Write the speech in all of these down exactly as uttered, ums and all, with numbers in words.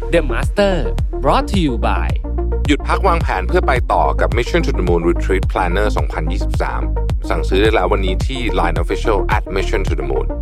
The Master brought to you by หยุดพักวางแผนเพื่อไปต่อกับ Mission to the Moon Retreat Planner สองพันยี่สิบสาม สั่งซื้อได้แล้ววันนี้ที่ ไลน์ Official แอท มิชชั่น ทู เดอะ มูน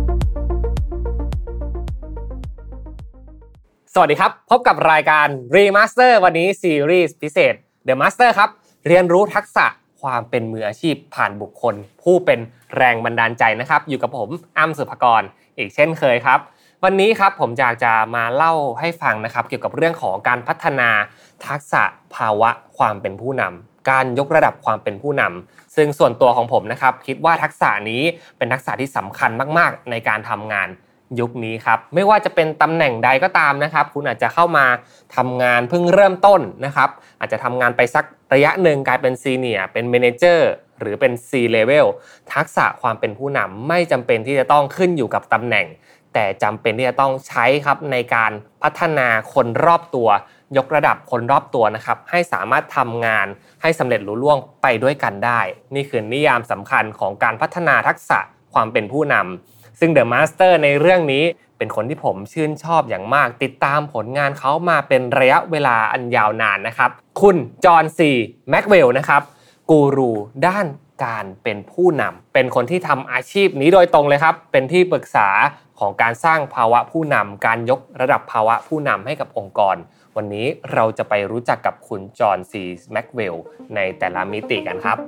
สวัสดีครับพบกับรายการ Remaster วันนี้ซีรีส์พิเศษ The Master ครับเรียนรู้ทักษะความเป็นมืออาชีพผ่านบุคคลผู้เป็นแรงบันดาลใจนะครับอยู่กับผมอ้ำสุภกรอีกเช่นเคยครับวันนี้ครับผมอยากจะมาเล่าให้ฟังนะครับเกี่ยวกับเรื่องของการพัฒนาทักษะภาวะความเป็นผู้นำการยกระดับความเป็นผู้นำซึ่งส่วนตัวของผมนะครับคิดว่าทักษะนี้เป็นทักษะที่สำคัญมากๆในการทำงานยุคนี้ครับไม่ว่าจะเป็นตำแหน่งใดก็ตามนะครับคุณอาจจะเข้ามาทำงานเพิ่งเริ่มต้นนะครับอาจจะทำงานไปสักระยะหนึ่งกลายเป็นซีเนียร์เป็นเมเนเจอร์หรือเป็น C level ทักษะความเป็นผู้นำไม่จำเป็นที่จะต้องขึ้นอยู่กับตำแหน่งแต่จำเป็นที่จะต้องใช้ครับในการพัฒนาคนรอบตัวยกระดับคนรอบตัวนะครับให้สามารถทำงานให้สำเร็จลุล่วงไปด้วยกันได้นี่คือนิยามสำคัญของการพัฒนาทักษะความเป็นผู้นำซึ่ง The Master ในเรื่องนี้เป็นคนที่ผมชื่นชอบอย่างมากติดตามผลงานเขามาเป็นระยะเวลาอันยาวนานนะครับคุณจอห์นซีแม็กเวลนะครับกูรูด้านการเป็นผู้นำเป็นคนที่ทำอาชีพนี้โดยตรงเลยครับเป็นที่ปรึกษาของการสร้างภาวะผู้นำการยกระดับภาวะผู้นำให้กับองค์กรวันนี้เราจะไปรู้จักกับคุณจอห์นซีแม็กเวลในแต่ละมิติกันครับ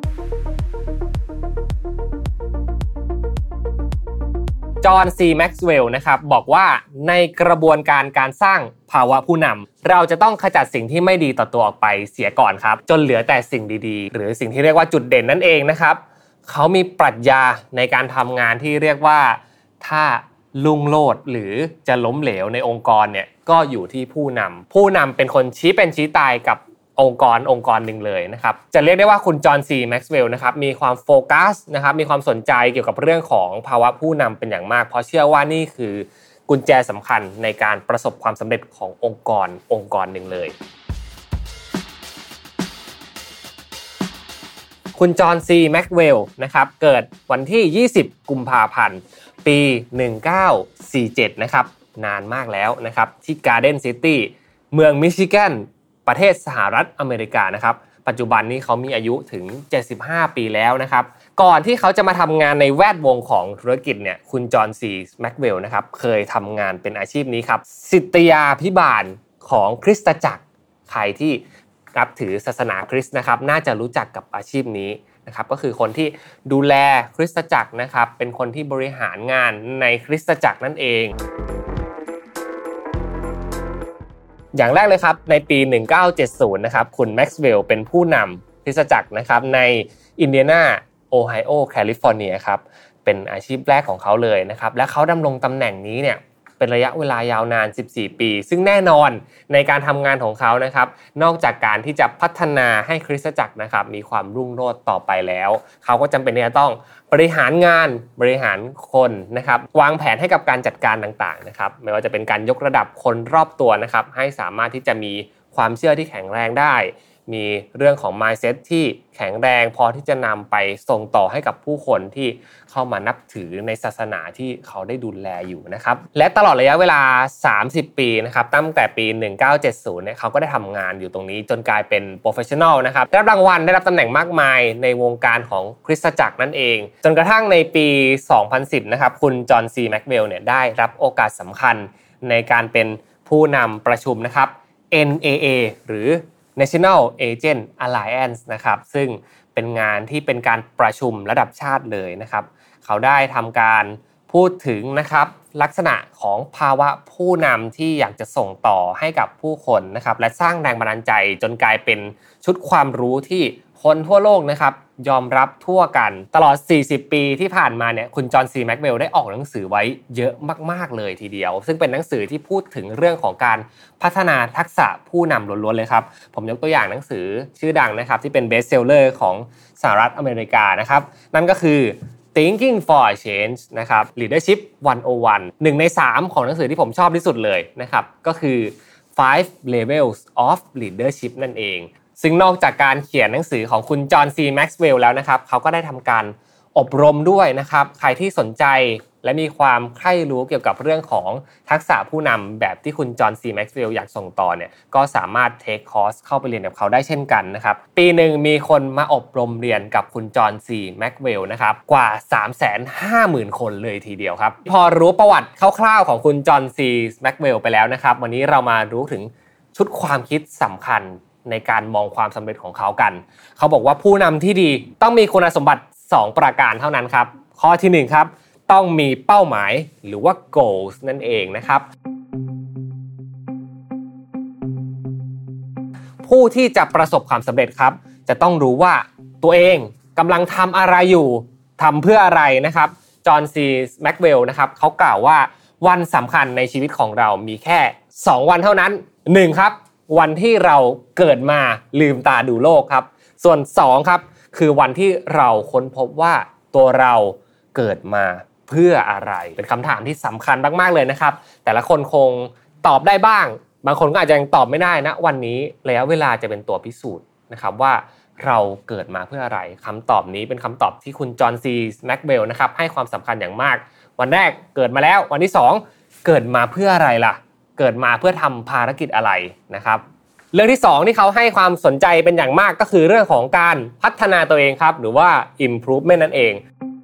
จอห์นซีแม็กซ์เวลล์นะครับบอกว่าในกระบวนการการสร้างภาวะผู้นำเราจะต้องขจัดสิ่งที่ไม่ดีต่อตัวออกไปเสียก่อนครับจนเหลือแต่สิ่งดีๆหรือสิ่งที่เรียกว่าจุดเด่นนั่นเองนะครับเขามีปรัชญาในการทำงานที่เรียกว่าถ้าลุ่งโลดหรือจะล้มเหลวในองค์กรเนี่ยก็อยู่ที่ผู้นำผู้นำเป็นคนชี้เป็นชี้ตายกับองค์กรองค์กรหนึ่งเลยนะครับจะเรียกได้ว่าคุณจอห์นซีแม็กซ์เวลล์นะครับมีความโฟกัสนะครับมีความสนใจเกี่ยวกับเรื่องของภาวะผู้นำเป็นอย่างมากเพราะเชื่อว่านี่คือกุญแจสำคัญในการประสบความสำเร็จขององค์กรองค์กรหนึ่งเลยคุณจอห์นซีแม็กซ์เวลล์นะครับเกิดวันที่ยี่สิบกุมภาพันธ์ปีหนึ่งเก้าสี่เจ็ดนะครับนานมากแล้วนะครับที่การ์เด้นซิตี้เมืองมิชิแกนประเทศสหรัฐอเมริกานะครับปัจจุบันนี้เขามีอายุถึงเจ็ดสิบห้าปีแล้วนะครับก่อนที่เขาจะมาทำงานในแวดวงของธุรกิจเนี่ยคุณจอห์นซีแม็กเวลล์นะครับเคยทำงานเป็นอาชีพนี้ครับศิษยาภิบาลของคริสตจักรใครที่นับถือศาสนาคริสต์นะครับน่าจะรู้จักกับอาชีพนี้นะครับก็คือคนที่ดูแลคริสตจักรนะครับเป็นคนที่บริหารงานในคริสตจักรนั่นเองอย่างแรกเลยครับในปีหนึ่งเก้าเจ็ดศูนย์นะครับคุณแม็กซ์เวลล์เป็นผู้นำคริสตจักรนะครับในอินเดียนาโอไฮโอแคลิฟอร์เนียครับเป็นอาชีพแรกของเขาเลยนะครับและเขาดำรงตำแหน่งนี้เนี่ยเป็นระยะเวลายาวนานสิบสี่ปีซึ่งแน่นอนในการทำงานของเขานะครับนอกจากการที่จะพัฒนาให้คริสตจักรนะครับมีความรุ่งโรจน์ต่อไปแล้วเขาก็จำเป็นที่จะต้องบริหารงานบริหารคนนะครับวางแผนให้กับการจัดการต่างๆนะครับไม่ว่าจะเป็นการยกระดับคนรอบตัวนะครับให้สามารถที่จะมีความเชื่อที่แข็งแรงได้มีเรื่องของ mindset ที่แข็งแรงพอที่จะนำไปส่งต่อให้กับผู้คนที่เข้ามานับถือในศาสนาที่เขาได้ดูแลอยู่นะครับและตลอดระยะเวลาสามสิบปีนะครับตั้งแต่ปีหนึ่งเก้าเจ็ดศูนย์เนี่ยเขาก็ได้ทำงานอยู่ตรงนี้จนกลายเป็น professional นะครับได้รับรางวัลได้รับตำแหน่งมากมายในวงการของคริสตจักรนั่นเองจนกระทั่งในปีสองพันสิบนะครับคุณจอห์นซีแม็กเวลล์เนี่ยได้รับโอกาสสำคัญในการเป็นผู้นำประชุมนะครับ เอ็น เอ เอ หรือNational Agent Alliance นะครับซึ่งเป็นงานที่เป็นการประชุมระดับชาติเลยนะครับเขาได้ทำการพูดถึงนะครับลักษณะของภาวะผู้นำที่อยากจะส่งต่อให้กับผู้คนนะครับและสร้างแรงบันดาลใจจนกลายเป็นชุดความรู้ที่คนทั่วโลกนะครับยอมรับทั่วกันตลอดสี่สิบปีที่ผ่านมาเนี่ยคุณจอห์นซีแม็กเวลล์ได้ออกหนังสือไว้เยอะมากๆเลยทีเดียวซึ่งเป็นหนังสือที่พูดถึงเรื่องของการพัฒนาทักษะผู้นำล้วนๆเลยครับผมยกตัวอย่างหนังสือชื่อดังนะครับที่เป็นเบสเซลเลอร์ของสหรัฐอเมริกานะครับนั่นก็คือ Thinking for a Change นะครับ Leadership หนึ่งศูนย์หนึ่ง หนึ่งในสามของหนังสือที่ผมชอบที่สุดเลยนะครับก็คือ five levels of leadership นั่นเองซึ่งนอกจากการเขียนหนังสือของคุณจอห์นซีแม็กซ์เวลล์แล้วนะครับเขาก็ได้ทำการอบรมด้วยนะครับใครที่สนใจและมีความใคร่รู้เกี่ยวกับเรื่องของทักษะผู้นำแบบที่คุณจอห์นซีแม็กซ์เวลล์อยากส่งต่อเนี่ยก็สามารถเทคคอร์สเข้าไปเรียนกับเขาได้เช่นกันนะครับปีหนึ่งมีคนมาอบรมเรียนกับคุณจอห์นซีแม็กซ์เวลล์นะครับกว่า สามแสนห้าหมื่น คนเลยทีเดียวครับพอรู้ประวัติคร่าวๆของคุณจอห์นซีแม็กซ์เวลล์ไปแล้วนะครับวันนี้เรามารู้ถึงชุดความคิดสำคัญในการมองความสำเร็จของเขากันเขาบอกว่าผู้นำที่ดีต้องมีคุณสมบัติสองประการเท่านั้นครับข้อที่หนึ่งครับต้องมีเป้าหมายหรือว่า goals นั่นเองนะครับผู้ที่จะประสบความสำเร็จครับจะต้องรู้ว่าตัวเองกำลังทำอะไรอยู่ทำเพื่ออะไรนะครับจอห์นซีแม็กซ์เวลล์นะครับเขากล่าวว่าวันสำคัญในชีวิตของเรามีแค่สองวันเท่านั้นหนึ่งครับวันที่เราเกิดมาลืมตาดูโลกครับส่วนสองครับคือวันที่เราค้นพบว่าตัวเราเกิดมาเพื่ออะไรเป็นคำถามที่สำคัญมากๆเลยนะครับแต่ละคนคงตอบได้บ้างบางคนก็อาจจะยังตอบไม่ได้นะวันนี้ระยะเวลาจะเป็นตัวพิสูจน์นะครับว่าเราเกิดมาเพื่ออะไรคำตอบนี้เป็นคำตอบที่คุณจอห์นซีแม็กซ์เวลล์นะครับให้ความสำคัญอย่างมากวันแรกเกิดมาแล้ววันที่สองเกิดมาเพื่ออะไรล่ะเกิดมาเพื่อทำภารกิจอะไรนะครับเรื่องที่สองที่เขาให้ความสนใจเป็นอย่างมากก็คือเรื่องของการพัฒนาตัวเองครับหรือว่า improvement นั่นเอง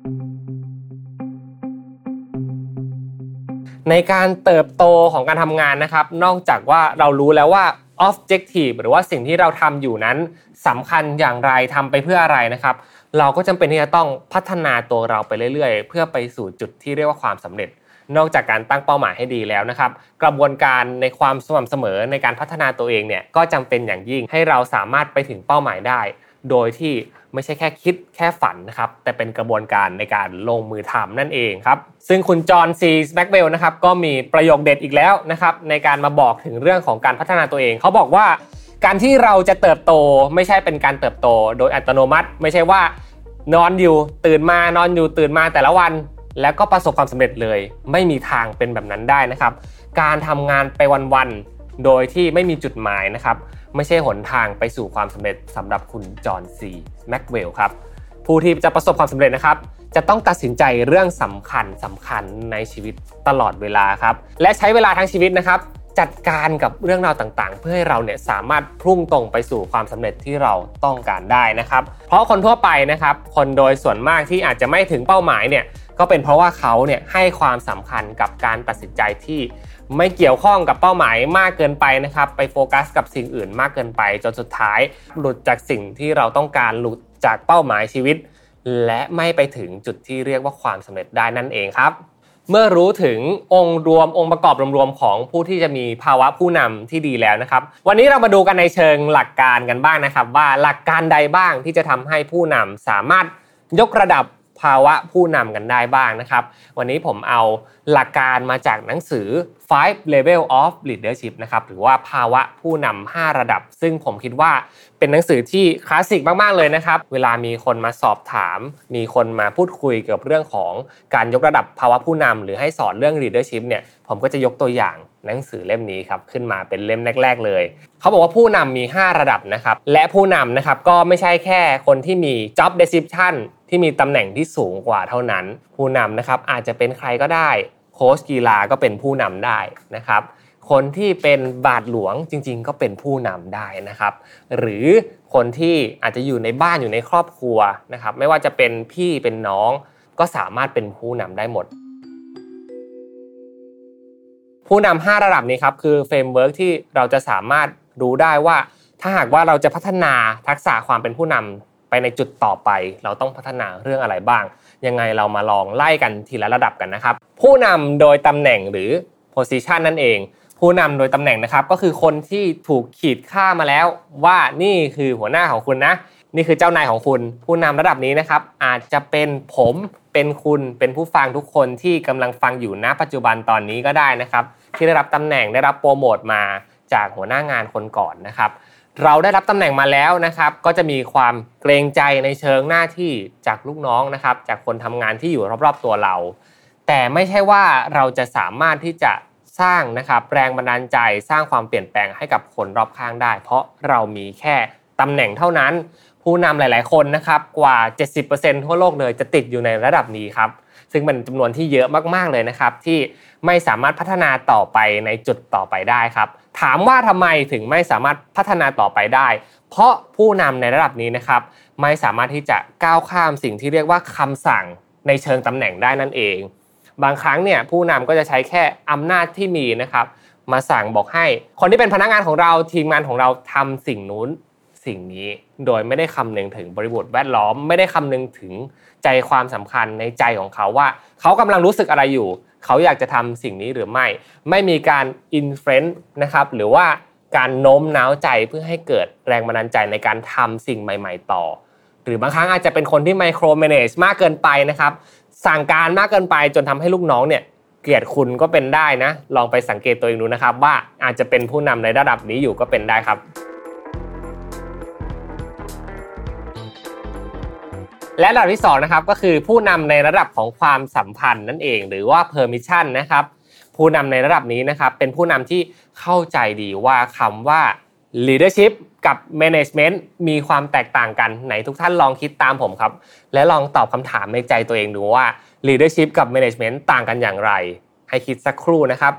ในการเติบโตของการทำงานนะครับนอกจากว่าเรารู้แล้วว่า objective หรือว่าสิ่งที่เราทำอยู่นั้นสำคัญอย่างไรทำไปเพื่ออะไรนะครับเราก็จำเป็นที่จะต้องพัฒนาตัวเราไปเรื่อยๆเพื่อไปสู่จุดที่เรียกว่าความสำเร็จนอกจากการตั้งเป้าหมายให้ดีแล้วนะครับกระบวนการในความสม่ำเสมอในการพัฒนาตัวเองเนี่ยก็จำเป็นอย่างยิ่งให้เราสามารถไปถึงเป้าหมายได้โดยที่ไม่ใช่แค่คิดแค่ฝันนะครับแต่เป็นกระบวนการในการลงมือทำนั่นเองครับซึ่งคุณจอห์นซีแม็กซ์เวลล์นะครับก็มีประโยคเด็ดอีกแล้วนะครับในการมาบอกถึงเรื่องของการพัฒนาตัวเองเขาบอกว่าการที่เราจะเติบโตไม่ใช่เป็นการเติบโตโดยอัตโนมัติไม่ใช่ว่านอนอยู่ตื่นมานอนอยู่ตื่นมาแต่ละวันแล้วก็ประสบความสำเร็จเลยไม่มีทางเป็นแบบนั้นได้นะครับการทำงานไปวันๆโดยที่ไม่มีจุดหมายนะครับไม่ใช่หนทางไปสู่ความสำเร็จสำหรับคุณจอห์นซีแม็กซ์เวลล์ครับผู้ที่จะประสบความสำเร็จนะครับจะต้องตัดสินใจเรื่องสำคัญสำคัญในชีวิตตลอดเวลาครับและใช้เวลาทั้งชีวิตนะครับจัดการกับเรื่องราวต่างๆเพื่อให้เราเนี่ยสามารถพุ่งตรงไปสู่ความสำเร็จที่เราต้องการได้นะครับเพราะคนทั่วไปนะครับคนโดยส่วนมากที่อาจจะไม่ถึงเป้าหมายเนี่ยก็เป็นเพราะว่าเขาเนี่ยให้ความสำคัญกับการตัดสินใจที่ไม่เกี่ยวข้องกับเป้าหมายมากเกินไปนะครับไปโฟกัสกับสิ่งอื่นมากเกินไปจนสุดท้ายหลุดจากสิ่งที่เราต้องการหลุดจากเป้าหมายชีวิตและไม่ไปถึงจุดที่เรียกว่าความสำเร็จได้นั่นเองครับเมื่อรู้ถึงองค์รวมองค์ประกอบรวมๆของผู้ที่จะมีภาวะผู้นำที่ดีแล้วนะครับวันนี้เรามาดูกันในเชิงหลักการกันบ้างนะครับว่าหลักการใดบ้างที่จะทำให้ผู้นำสามารถยกระดับภาวะผู้นำกันได้บ้างนะครับวันนี้ผมเอาหลักการมาจากหนังสือ five Level of Leadership นะครับหรือว่าภาวะผู้นำห้าระดับซึ่งผมคิดว่าเป็นหนังสือที่คลาสสิกมากๆเลยนะครับเวลามีคนมาสอบถามมีคนมาพูดคุยเกี่ยวกับเรื่องของการยกระดับภาวะผู้นำหรือให้สอนเรื่อง leadership เนี่ยผมก็จะยกตัวอย่างหนังสือเล่มนี้ครับขึ้นมาเป็นเล่มแรกๆเลยเขาบอกว่าผู้นำมีห้าระดับนะครับและผู้นำนะครับก็ไม่ใช่แค่คนที่มี job description ที่มีตำแหน่งที่สูงกว่าเท่านั้นผู้นำนะครับอาจจะเป็นใครก็ได้โค้ชกีฬาก็เป็นผู้นำได้นะครับคนที่เป็นบาทหลวงจริงๆก็เป็นผู้นำได้นะครับหรือคนที่อาจจะอยู่ในบ้านอยู่ในครอบครัวนะครับไม่ว่าจะเป็นพี่เป็นน้องก็สามารถเป็นผู้นำได้หมดผู้นำห้าระดับนี้ครับคือเฟรมเวิร์คที่เราจะสามารถรู้ได้ว่าถ้าหากว่าเราจะพัฒนาทักษะความเป็นผู้นำไปในจุดต่อไปเราต้องพัฒนาเรื่องอะไรบ้างยังไงเรามาลองไล่กันทีละระดับกันนะครับผู้นำโดยตำแหน่งหรือ position นั่นเองผู้นำโดยตำแหน่งนะครับก็คือคนที่ถูกขีดค่ามาแล้วว่านี่คือหัวหน้าของคุณนะนี่คือเจ้านายของคุณผู้นำระดับนี้นะครับอาจจะเป็นผมเป็นคุณเป็นผู้ฟังทุกคนที่กำลังฟังอยู่ณปัจจุบันตอนนี้ก็ได้นะครับที่ได้รับตำแหน่งได้รับโปรโมทมาจากหัวหน้างานคนก่อนนะครับเราได้รับตำแหน่งมาแล้วนะครับก็จะมีความเกรงใจในเชิงหน้าที่จากลูกน้องนะครับจากคนทำงานที่อยู่รอบๆตัวเราแต่ไม่ใช่ว่าเราจะสามารถที่จะสร้างนะครับแรงบันดาลใจสร้างความเปลี่ยนแปลงให้กับคนรอบข้างได้เพราะเรามีแค่ตำแหน่งเท่านั้นผู้นำหลายๆคนนะครับกว่า เจ็ดสิบเปอร์เซ็นต์ ทั่วโลกเลยจะติดอยู่ในระดับนี้ครับซึ่งเป็นจำนวนที่เยอะมากๆเลยนะครับที่ไม่สามารถพัฒนาต่อไปในจุดต่อไปได้ครับถามว่าทำไมถึงไม่สามารถพัฒนาต่อไปได้เพราะผู้นำในระดับนี้นะครับไม่สามารถที่จะก้าวข้ามสิ่งที่เรียกว่าคำสั่งในเชิงตำแหน่งได้นั่นเองบางครั้งเนี่ยผู้นำก็จะใช้แค่อำนาจที่มีนะครับมาสั่งบอกให้คนที่เป็นพนักงานของเราทีมงานของเราทำสิ่งนู้นสิ่งนี้โดยไม่ได้คำนึงถึงบริบทแวดล้อมไม่ได้คำนึงถึงใจความสำคัญในใจของเขาว่าเขากำลังรู้สึกอะไรอยู่เขาอยากจะทำสิ่งนี้หรือไม่ไม่มีการอินฟลูเอนซ์นะครับหรือว่าการโน้มน้าวใจเพื่อให้เกิดแรงบันดาลใจในการทำสิ่งใหม่ๆต่อหรือบางครั้งอาจจะเป็นคนที่ไมโครแมเนจมากเกินไปนะครับสั่งการมากเกินไปจนทำให้ลูกน้องเนี่ยเกลียดคุณก็เป็นได้นะลองไปสังเกตตัวเองดูนะครับว่าอาจจะเป็นผู้นำในระดับนี้อยู่ก็เป็นได้ครับและระดับที่สองนะครับก็คือผู้นำในระดับของความสัมพันธ์นั่นเองหรือว่า permission นะครับผู้นำในระดับนี้นะครับเป็นผู้นำที่เข้าใจดีว่าคำว่า leadership กับ management มีความแตกต่างกันไหนทุกท่านลองคิดตามผมครับและลองตอบคำถามในใจตัวเองดูว่า leadership กับ management ต่างกันอย่างไรให้คิดสักครู่นะครับ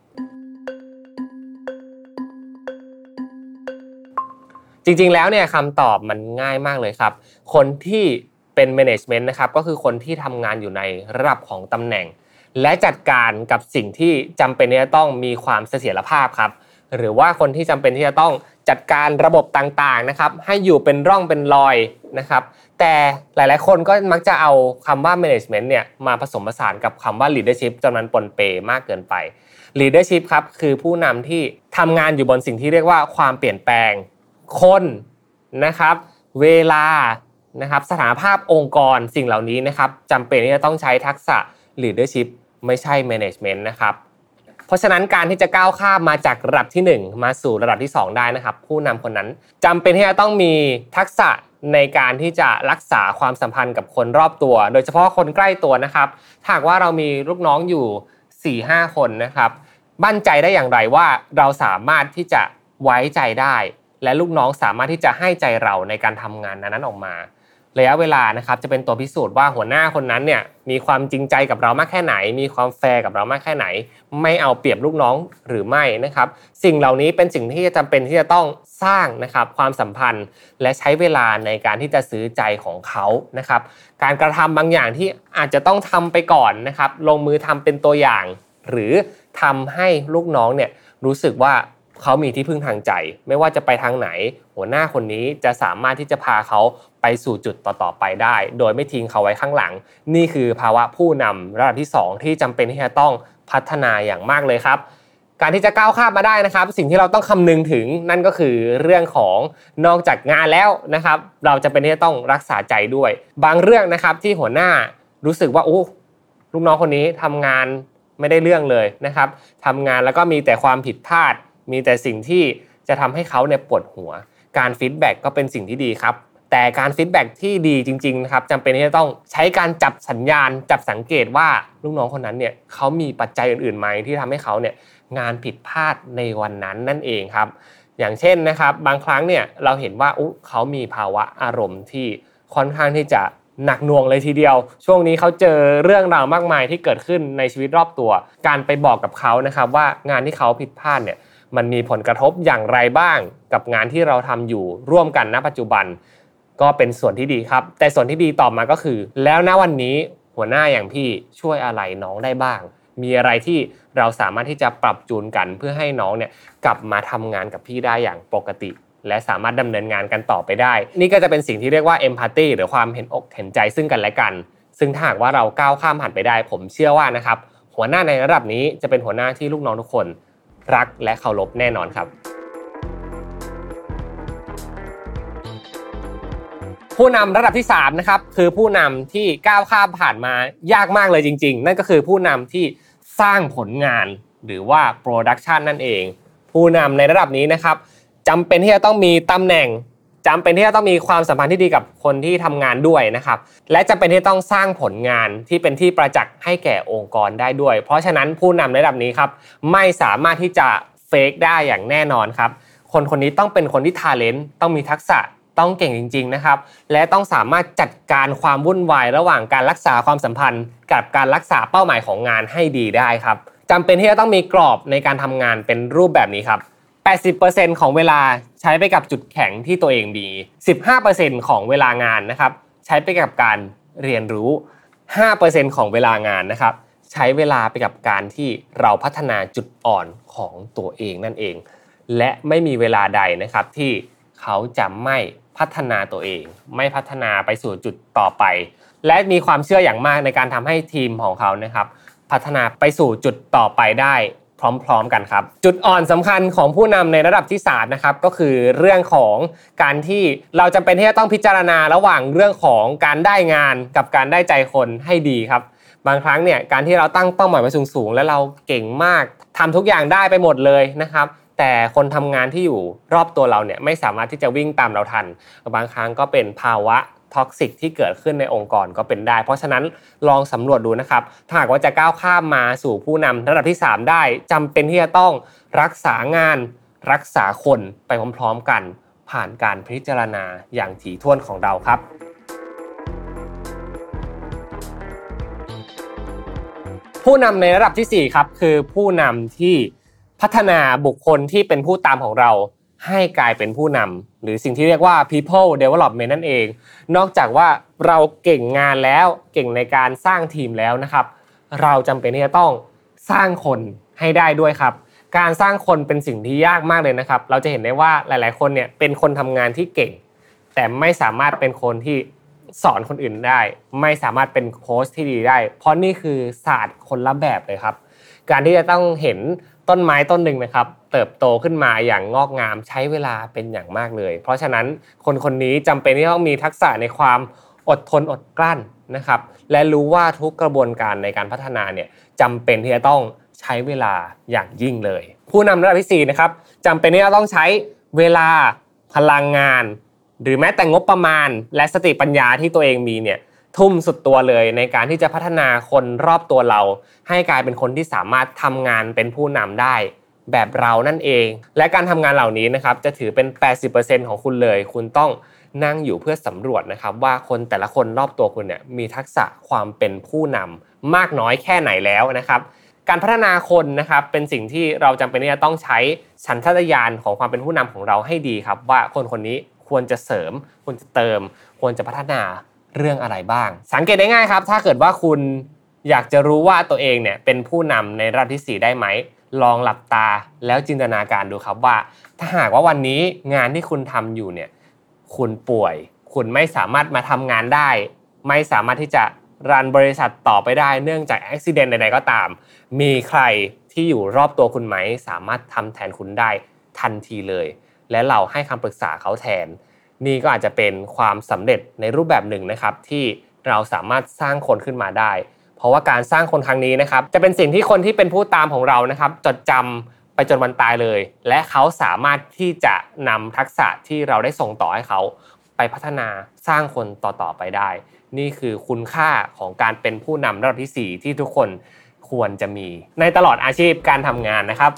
จริงๆแล้วเนี่ยคำตอบมันง่ายมากเลยครับคนที่เป็น management นะครับก็คือคนที่ทำงานอยู่ในระดับของตำแหน่งและจัดการกับสิ่งที่จำเป็นที่จะต้องมีความเสถียรภาพครับหรือว่าคนที่จำเป็นที่จะต้องจัดการระบบต่างๆนะครับให้อยู่เป็นร่องเป็นรอยนะครับแต่หลายๆคนก็มักจะเอาคำว่า management เนี่ยมาผสมผสานกับคำว่า leadership จนมันปนเปมากเกินไป leadership ครับคือผู้นำที่ทำงานอยู่บนสิ่งที่เรียกว่าความเปลี่ยนแปลงคนนะครับเวลานะครับสถานภาพองค์กรสิ่งเหล่านี้นะครับจำเป็นที่จะต้องใช้ทักษะ leadership ไม่ใช่ management นะครับเพราะฉะนั้นการที่จะก้าวข้ามมาจากระดับที่หนึ่งมาสู่ระดับที่สองได้นะครับผู้นำคนนั้นจำเป็นที่จะต้องมีทักษะในการที่จะรักษาความสัมพันธ์กับคนรอบตัวโดยเฉพาะคนใกล้ตัวนะครับถ้าหากว่าเรามีลูกน้องอยู่ สี่ห้า คนนะครับมั่นใจได้อย่างไรว่าเราสามารถที่จะไว้ใจได้และลูกน้องสามารถที่จะให้ใจเราในการทำงานนั้นออกมาระยะเวลานะครับจะเป็นตัวพิสูจน์ว่าหัวหน้าคนนั้นเนี่ยมีความจริงใจกับเรามากแค่ไหนมีความแฟร์กับเรามากแค่ไหนไม่เอาเปรียบลูกน้องหรือไม่นะครับสิ่งเหล่านี้เป็นสิ่งที่จำเป็นที่จะต้องสร้างนะครับความสัมพันธ์และใช้เวลาในการที่จะซื้อใจของเขานะครับการกระทำบางอย่างที่อาจจะต้องทำไปก่อนนะครับลงมือทำเป็นตัวอย่างหรือทำให้ลูกน้องเนี่ยรู้สึกว่าเขามีที่พึ่งทางใจไม่ว่าจะไปทางไหนหัวหน้าคนนี้จะสามารถที่จะพาเขาไปสู่จุดต่อๆไปได้โดยไม่ทิ้งเขาไว้ข้างหลังนี่คือภาวะผู้นำระดับที่สองที่จำเป็นที่จะต้องพัฒนาอย่างมากเลยครับการที่จะก้าวข้ามมาได้นะครับสิ่งที่เราต้องคำนึงถึงนั่นก็คือเรื่องของนอกจากงานแล้วนะครับเราจะเป็นที่จะต้องรักษาใจด้วยบางเรื่องนะครับที่หัวหน้ารู้สึกว่าโอ้ลูกน้องคนนี้ทำงานไม่ได้เรื่องเลยนะครับทำงานแล้วก็มีแต่ความผิดพลาดมีแต่สิ่งที่จะทำให้เขาเนี่ยปวดหัวการฟีดแบ็กก็เป็นสิ่งที่ดีครับแต่การฟีดแบ็กที่ดีจริงๆนะครับจำเป็นที่จะต้องใช้การจับสัญญาณจับสังเกตว่าลูกน้องคนนั้นเนี่ยเขามีปัจจัยอื่นๆไหมที่ทำให้เขาเนี่ยงานผิดพลาดในวันนั้นนั่นเองครับอย่างเช่นนะครับบางครั้งเนี่ยเราเห็นว่าอุ๊เขามีภาวะอารมณ์ที่ค่อนข้างที่จะหนักหน่วงเลยทีเดียวช่วงนี้เขาเจอเรื่องราวมากมายที่เกิดขึ้นในชีวิตรอบตัวการไปบอกกับเขานะครับว่างานที่เขาผิดพลาดเนี่ยมันมีผลกระทบอย่างไรบ้างกับงานที่เราทำอยู่ร่วมกันณปัจจุบันก็เป็นส่วนที่ดีครับแต่ส่วนที่ดีต่อมาก็คือแล้วณวันนี้หัวหน้าอย่างพี่ช่วยอะไรน้องได้บ้างมีอะไรที่เราสามารถที่จะปรับจูนกันเพื่อให้น้องเนี่ยกลับมาทำงานกับพี่ได้อย่างปกติและสามารถดำเนินงานกันต่อไปได้นี่ก็จะเป็นสิ่งที่เรียกว่า empathy หรือความเห็นอกเห็นใจซึ่งกันและกันซึ่งถ้าหากว่าเราก้าวข้ามผ่านไปได้ผมเชื่อว่านะครับหัวหน้าในระดับนี้จะเป็นหัวหน้าที่ลูกน้องทุกคนรักและเคารพแน่นอนครับผู้นำระดับที่สามนะครับคือผู้นำที่ก้าวข้ามผ่านมายากมากเลยจริงๆนั่นก็คือผู้นำที่สร้างผลงานหรือว่า production นั่นเองผู้นำในระดับนี้นะครับจำเป็นที่จะต้องมีตำแหน่งจำเป็นที่จะต้องมีความสัมพันธ์ที่ดีกับคนที่ทำงานด้วยนะครับและจำเป็นที่ต้องสร้างผลงานที่เป็นที่ประจักษ์ให้แก่องค์กรได้ด้วยเพราะฉะนั้นผู้นำในระดับนี้ครับไม่สามารถที่จะเฟกได้อย่างแน่นอนครับคนคนนี้ต้องเป็นคนที่ talent ต้องมีทักษะต้องเก่งจริงๆนะครับและต้องสามารถจัดการความวุ่นวายระหว่างการรักษาความสัมพันธ์กับการรักษาเป้าหมายของงานให้ดีได้ครับจำเป็นที่จะต้องมีกรอบในการทำงานเป็นรูปแบบนี้ครับ แปดสิบเปอร์เซ็นต์ ของเวลาใช้ไปกับจุดแข็งที่ตัวเองมี สิบห้าเปอร์เซ็นต์ ของเวลางานนะครับใช้ไปกับการเรียนรู้ ห้าเปอร์เซ็นต์ ของเวลางานนะครับใช้เวลาไปกับการที่เราพัฒนาจุดอ่อนของตัวเองนั่นเองและไม่มีเวลาใดนะครับที่เขาจะไม่พัฒนาตัวเองไม่พัฒนาไปสู่จุดต่อไปและมีความเชื่ออย่างมากในการทำให้ทีมของเขานะครับพัฒนาไปสู่จุดต่อไปได้พร้อมๆกันครับจุดอ่อนสำคัญของผู้นำในระดับที่สามนะครับก็คือเรื่องของการที่เราจำเป็นที่จะต้องพิจารณาระหว่างเรื่องของการได้งานกับการได้ใจคนให้ดีครับบางครั้งเนี่ยการที่เราตั้งเป้าหมายไว้สูงๆแล้วเราเก่งมากทำทุกอย่างได้ไปหมดเลยนะครับแต่คนทำงานที่อยู่รอบตัวเราเนี่ยไม่สามารถที่จะวิ่งตามเราทันบางครั้งก็เป็นภาวะท็อกซิกที่เกิดขึ้นในองค์กรก็เป็นได้เพราะฉะนั้นลองสำรวจดูนะครับถ้าหากว่าจะก้าวข้ามมาสู่ผู้นำระดับที่สามได้จำเป็นที่จะต้องรักษางานรักษาคนไปพร้อมๆกันผ่านการพิจารณาอย่างถี่ถ้วนของเราครับผู้นำในระดับที่สี่ครับคือผู้นำที่พัฒนาบุคคลที่เป็นผู้ตามของเราให้กลายเป็นผู้นำหรือสิ่งที่เรียกว่า people development นั่นเองนอกจากว่าเราเก่งงานแล้วเก่งในการสร้างทีมแล้วนะครับเราจำเป็นที่จะต้องสร้างคนให้ได้ด้วยครับการสร้างคนเป็นสิ่งที่ยากมากเลยนะครับเราจะเห็นได้ว่าหลายๆคนเนี่ยเป็นคนทำงานที่เก่งแต่ไม่สามารถเป็นคนที่สอนคนอื่นได้ไม่สามารถเป็นโค้ชที่ดีได้เพราะนี่คือศาสตร์คนละแบบเลยครับการที่จะต้องเห็นต้นไม้ต้นหนึ่งนะครับเติบโตขึ้นมาอย่างงอกงามใช้เวลาเป็นอย่างมากเลยเพราะฉะนั้นคนคนนี้จำเป็นที่ต้องมีทักษะในความอดทนอดกลั้นนะครับและรู้ว่าทุกกระบวนการในการพัฒนาเนี่ยจำเป็นที่จะต้องใช้เวลาอย่างยิ่งเลยผู้นำระดับที่สี่นะครับจำเป็นที่จะต้องใช้เวลาพลังงานหรือแม้แต่งบประมาณและสติปัญญาที่ตัวเองมีเนี่ยทุ่มสุดตัวเลยในการที่จะพัฒนาคนรอบตัวเราให้กลายเป็นคนที่สามารถทำงานเป็นผู้นำได้แบบเรานั่นเองและการทำงานเหล่านี้นะครับจะถือเป็น แปดสิบเปอร์เซ็นต์ ของคุณเลยคุณต้องนั่งอยู่เพื่อสำรวจนะครับว่าคนแต่ละคนรอบตัวคุณเนี่ยมีทักษะความเป็นผู้นำมากน้อยแค่ไหนแล้วนะครับการพัฒนาคนนะครับเป็นสิ่งที่เราจำเป็นที่จะต้องใช้สัญชาตญาณของความเป็นผู้นำของเราให้ดีครับว่าคนคนนี้ควรจะเสริมควรจะเติมควรจะพัฒนาเรื่องอะไรบ้างสังเกตได้ง่ายครับถ้าเกิดว่าคุณอยากจะรู้ว่าตัวเองเนี่ยเป็นผู้นำในระดับที่สี่ได้ไหมลองหลับตาแล้วจินตนาการดูครับว่าถ้าหากว่าวันนี้งานที่คุณทำอยู่เนี่ยคุณป่วยคุณไม่สามารถมาทำงานได้ไม่สามารถที่จะรันบริษัทต่อไปได้เนื่องจากอุบัติเหตุใดๆก็ตามมีใครที่อยู่รอบตัวคุณไหมสามารถทำแทนคุณได้ทันทีเลยและเราให้คำปรึกษาเขาแทนนี่ก็อาจจะเป็นความสำเร็จในรูปแบบหนึ่งนะครับที่เราสามารถสร้างคนขึ้นมาได้เพราะว่าการสร้างคนครั้งนี้นะครับจะเป็นสิ่งที่คนที่เป็นผู้ตามของเรานะครับจดจำไปจนวันตายเลยและเขาสามารถที่จะนำทักษะที่เราได้ส่งต่อให้เขาไปพัฒนาสร้างคนต่อๆไปได้นี่คือคุณค่าของการเป็นผู้นำระดับที่สี่ที่ทุกคนควรจะมีในตลอดอาชีพการทำงานนะครับ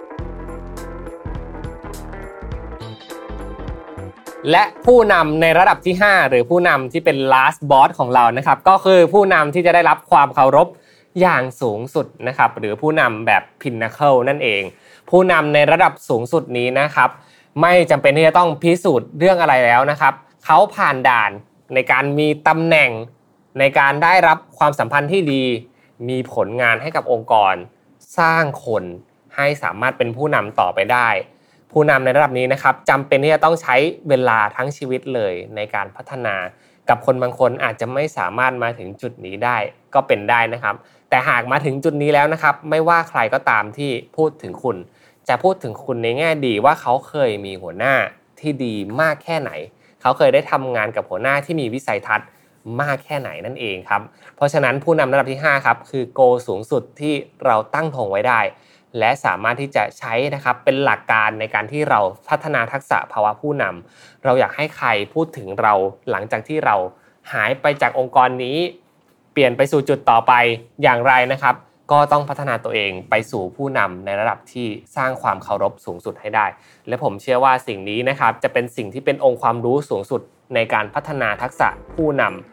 และผู้นำในระดับที่ห้าหรือผู้นำที่เป็น last boss ของเรานะครับก็คือผู้นำที่จะได้รับความเคารพอย่างสูงสุดนะครับหรือผู้นำแบบ pinnacle นั่นเองผู้นำในระดับสูงสุดนี้นะครับไม่จำเป็นที่จะต้องพิสูจน์เรื่องอะไรแล้วนะครับเขาผ่านด่านในการมีตำแหน่งในการได้รับความสัมพันธ์ที่ดีมีผลงานให้กับองค์กรสร้างคนให้สามารถเป็นผู้นำต่อไปได้ผู้นำในระดับนี้นะครับจำเป็นที่จะต้องใช้เวลาทั้งชีวิตเลยในการพัฒนากับคนบางคนอาจจะไม่สามารถมาถึงจุดนี้ได้ก็เป็นได้นะครับแต่หากมาถึงจุดนี้แล้วนะครับไม่ว่าใครก็ตามที่พูดถึงคุณจะพูดถึงคุณในแง่ดีว่าเขาเคยมีหัวหน้าที่ดีมากแค่ไหนเขาเคยได้ทำงานกับหัวหน้าที่มีวิสัยทัศน์มากแค่ไหนนั่นเองครับเพราะฉะนั้นผู้นำระดับที่ห้าครับคือโกสูงสุดที่เราตั้งธงไว้ได้และสามารถที่จะใช้นะครับเป็นหลักการในการที่เราพัฒนาทักษะภาวะผู้นำเราอยากให้ใครพูดถึงเราหลังจากที่เราหายไปจากองค์กรนี้เปลี่ยนไปสู่จุดต่อไปอย่างไรนะครับก็ต้องพัฒนาตัวเองไปสู่ผู้นำในระดับที่สร้างความเคารพสูงสุดให้ได้และผมเชื่อว่าสิ่งนี้นะครับจะเป็นสิ่งที่เป็นองค์ความรู้สูงสุดในการพัฒนาทักษะผู้นำ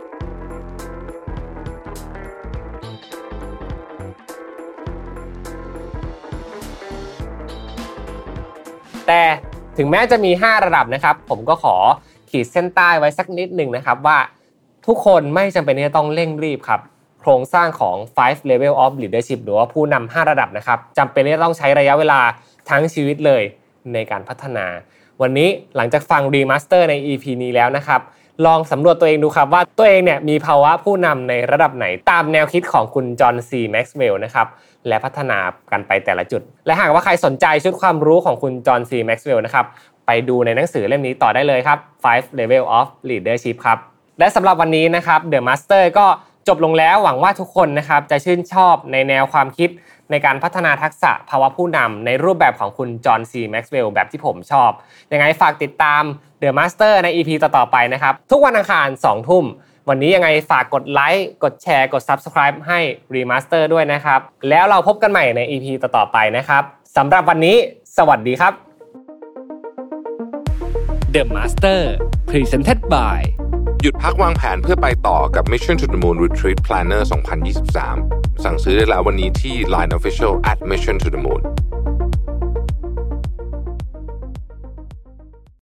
แต่ถึงแม้จะมีห้าระดับนะครับผมก็ขอขีดเส้นใต้ไว้สักนิดนึงนะครับว่าทุกคนไม่จำเป็นที่จะต้องเร่งรีบครับโครงสร้างของ five level of leadership หรือว่าผู้นำห้าระดับนะครับจำเป็นที่จะต้องใช้ระยะเวลาทั้งชีวิตเลยในการพัฒนาวันนี้หลังจากฟัง Remaster ใน อี พี นี้แล้วนะครับลองสำรวจตัวเองดูครับว่าตัวเองเนี่ยมีภาวะผู้นำในระดับไหนตามแนวคิดของคุณจอห์นซีแม็กซ์เวลล์นะครับและพัฒนากันไปแต่ละจุดและหากว่าใครสนใจชุดความรู้ของคุณจอห์นซีแม็กซ์เวลล์นะครับไปดูในหนังสือเล่มนี้ต่อได้เลยครับ five level of leadership ครับและสำหรับวันนี้นะครับ The Master ก็จบลงแล้วหวังว่าทุกคนนะครับจะชื่นชอบในแนวความคิดในการพัฒนาทักษะภาวะผู้นำในรูปแบบของคุณจอห์นซีแม็กซ์เวลล์แบบที่ผมชอบยังไงฝากติดตาม The Master ใน อี พี ต่อๆไปนะครับทุกวันอังคาร สองทุ่มวันนี้ยังไงฝากกดไลค์กดแชร์กด Subscribe ให้ Remaster ด้วยนะครับแล้วเราพบกันใหม่ใน อี พี ต่อๆไปนะครับสำหรับวันนี้สวัสดีครับ The Master Presented by หยุดพักวางแผนเพื่อไปต่อกับ Mission to the Moon Retreat Planner สองพันยี่สิบสามสั่งซื้อได้แล้ววันนี้ที่ ไลน์ Official แอท มิชชั่น ทู เดอะ มูน